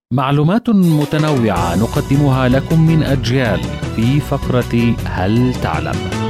معلومات متنوعة نقدمها لكم من أجيال في فقرة هل تعلم؟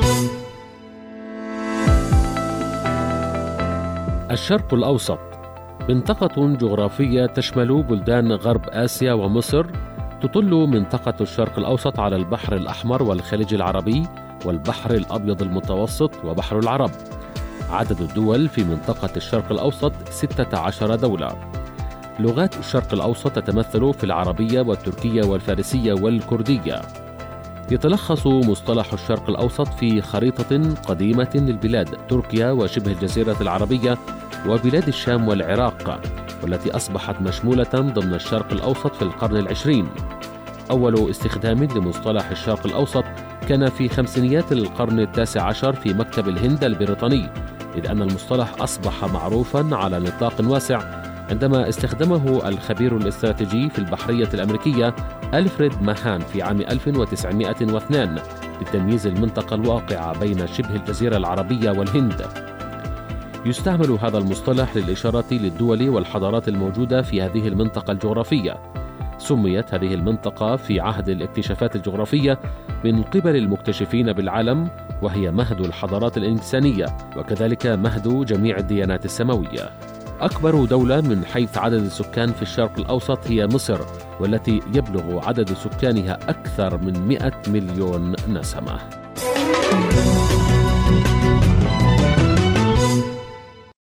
الشرق الأوسط منطقة جغرافية تشمل بلدان غرب آسيا ومصر. تطل منطقة الشرق الأوسط على البحر الأحمر والخليج العربي والبحر الأبيض المتوسط وبحر العرب. عدد الدول في منطقة الشرق الأوسط 16 دولة. لغات الشرق الأوسط تتمثل في العربية والتركية والفارسية والكردية. يتلخص مصطلح الشرق الأوسط في خريطة قديمة للبلاد تركيا وشبه الجزيرة العربية وبلاد الشام والعراق، والتي أصبحت مشمولة ضمن الشرق الأوسط في القرن العشرين. أول استخدام لمصطلح الشرق الأوسط كان في خمسينيات القرن التاسع عشر في مكتب الهند البريطاني، إذ أن المصطلح أصبح معروفا على نطاق واسع عندما استخدمه الخبير الاستراتيجي في البحرية الأمريكية ألفريد ماهان في عام 1902 لتمييز المنطقة الواقعة بين شبه الجزيرة العربية والهند. يستعمل هذا المصطلح للإشارة للدول والحضارات الموجودة في هذه المنطقة الجغرافية. سميت هذه المنطقة في عهد الاكتشافات الجغرافية من قبل المكتشفين بالعالم، وهي مهد الحضارات الإنسانية وكذلك مهد جميع الديانات السماوية. أكبر دولة من حيث عدد السكان في الشرق الأوسط هي مصر، والتي يبلغ عدد سكانها أكثر من 100 مليون نسمة.